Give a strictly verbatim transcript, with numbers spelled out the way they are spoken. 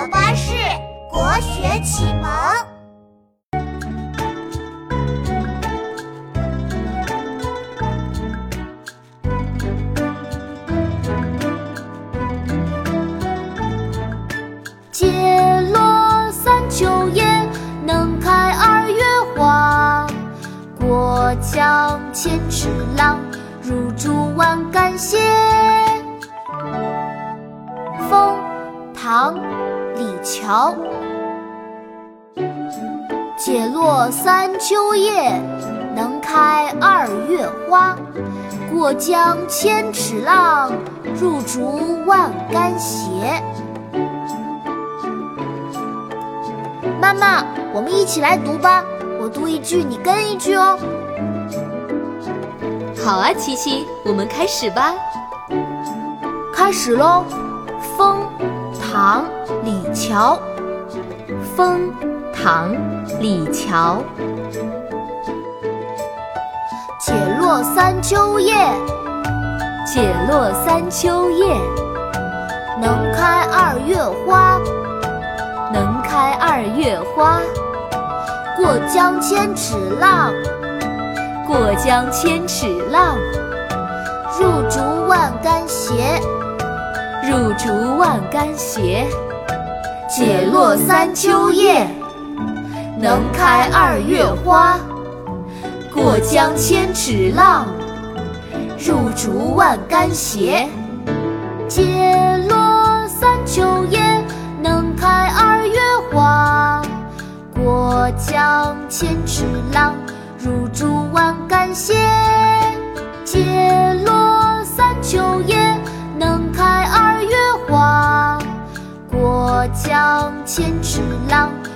巴士国学启蒙。 解落三秋叶，能开二月花。过江千尺浪，入竹万竿斜。风，唐，李峤。解落三秋叶，能开二月花。过江千尺浪，入竹万竿斜。妈妈，我们一起来读吧，我读一句，你跟一句哦。 好啊，琪琪，我们开始吧。 开始喽。风，唐，李峤。 风，唐，李峤。 解落三秋叶， 解落三秋叶， 能开二月花。 能开二月花。 过江千尺浪， 过江千尺浪， 入竹万竿斜。 入竹万竿斜。 解落三秋叶，能开二月花。 过江千尺浪， 入竹万竿斜。解落三秋叶，能开二月花。过江千尺浪，入竹万竿斜。解落三秋叶，能开二月花。过江千尺浪，